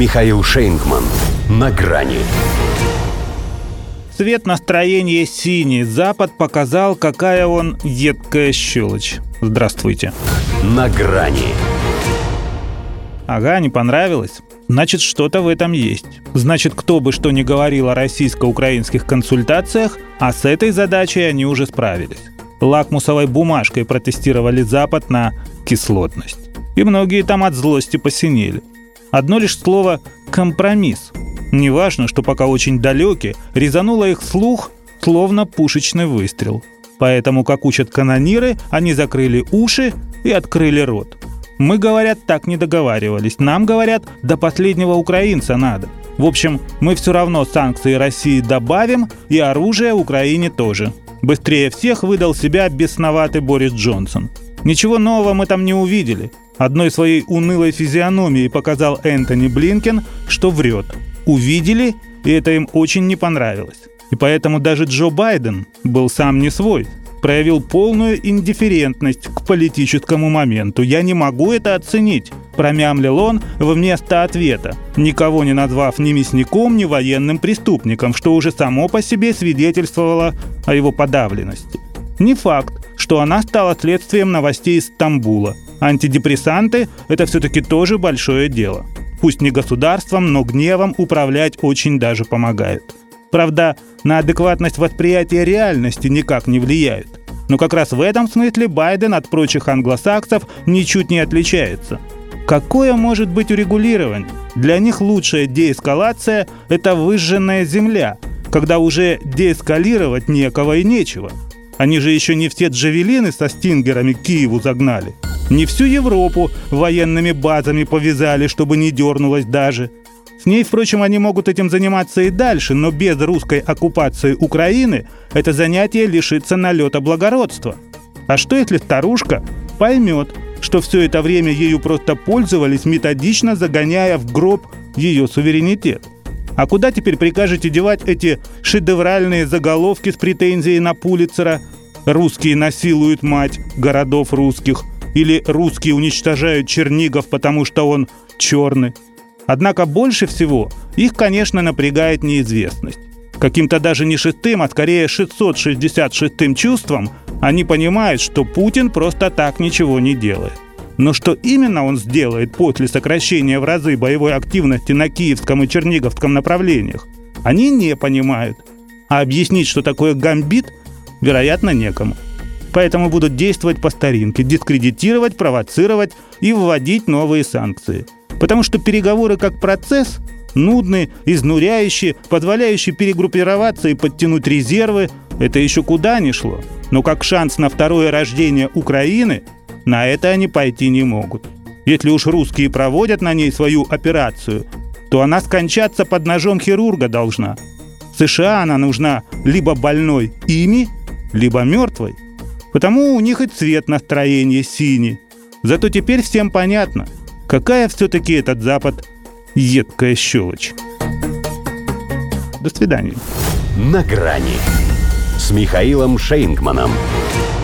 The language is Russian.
Михаил Шейнгман. На грани. Цвет настроения синий. Запад показал, какая он едкая щелочь. Здравствуйте. На грани. Ага, не понравилось? Значит, что-то в этом есть. Значит, кто бы что ни говорил о российско-украинских консультациях, а с этой задачей они уже справились. Лакмусовой бумажкой протестировали Запад на кислотность. И многие там от злости посинели. Одно лишь слово «компромисс». Неважно, что пока очень далеки, резануло их слух, словно пушечный выстрел. Поэтому, как учат канониры, они закрыли уши и открыли рот. Мы, говорят, так не договаривались. Нам, говорят, до последнего украинца надо. В общем, мы все равно санкции России добавим, и оружие Украине тоже. Быстрее всех выдал себя бесноватый Борис Джонсон. Ничего нового мы там не увидели. Одной своей унылой физиономией показал Энтони Блинкен, что врет. Увидели, и это им очень не понравилось. И поэтому даже Джо Байден был сам не свой. Проявил полную индифферентность к политическому моменту. «Я не могу это оценить», – промямлил он вместо ответа, никого не назвав ни мясником, ни военным преступником, что уже само по себе свидетельствовало о его подавленности. Не факт, что она стала следствием новостей из Стамбула. Антидепрессанты – это все-таки тоже большое дело. Пусть не государством, но гневом управлять очень даже помогают. Правда, на адекватность восприятия реальности никак не влияют. Но как раз в этом смысле Байден от прочих англосаксов ничуть не отличается. Какое может быть урегулирование? Для них лучшая деэскалация – это выжженная земля, когда уже деэскалировать некого и нечего. Они же еще не все джавелины со стингерами к Киеву загнали. Не всю Европу военными базами повязали, чтобы не дернулась даже. С ней, впрочем, они могут этим заниматься и дальше, но без русской оккупации Украины это занятие лишится налета благородства. А что, если старушка поймет, что все это время ею просто пользовались, методично загоняя в гроб ее суверенитет? А куда теперь прикажете девать эти шедевральные заголовки с претензией на Пулитцера? «Русские насилуют мать городов русских» или «Русские уничтожают Чернигов, потому что он черный». Однако больше всего их, конечно, напрягает неизвестность. Каким-то даже не шестым, а скорее 666-м чувством они понимают, что Путин просто так ничего не делает. Но что именно он сделает после сокращения в разы боевой активности на Киевском и Черниговском направлениях, они не понимают. А объяснить, что такое гамбит, вероятно, некому. Поэтому будут действовать по старинке, дискредитировать, провоцировать и вводить новые санкции. Потому что переговоры как процесс нудный, изнуряющий, позволяющий перегруппироваться и подтянуть резервы, это еще куда ни шло. Но как шанс на второе рождение Украины, на это они пойти не могут. Если уж русские проводят на ней свою операцию, то она скончаться под ножом хирурга должна. США она нужна либо больной ими, либо мертвой. Потому у них и цвет настроения синий. Зато теперь всем понятно, какая все-таки этот Запад едкая щелочь. До свидания. На грани с Михаилом Шейнгманом.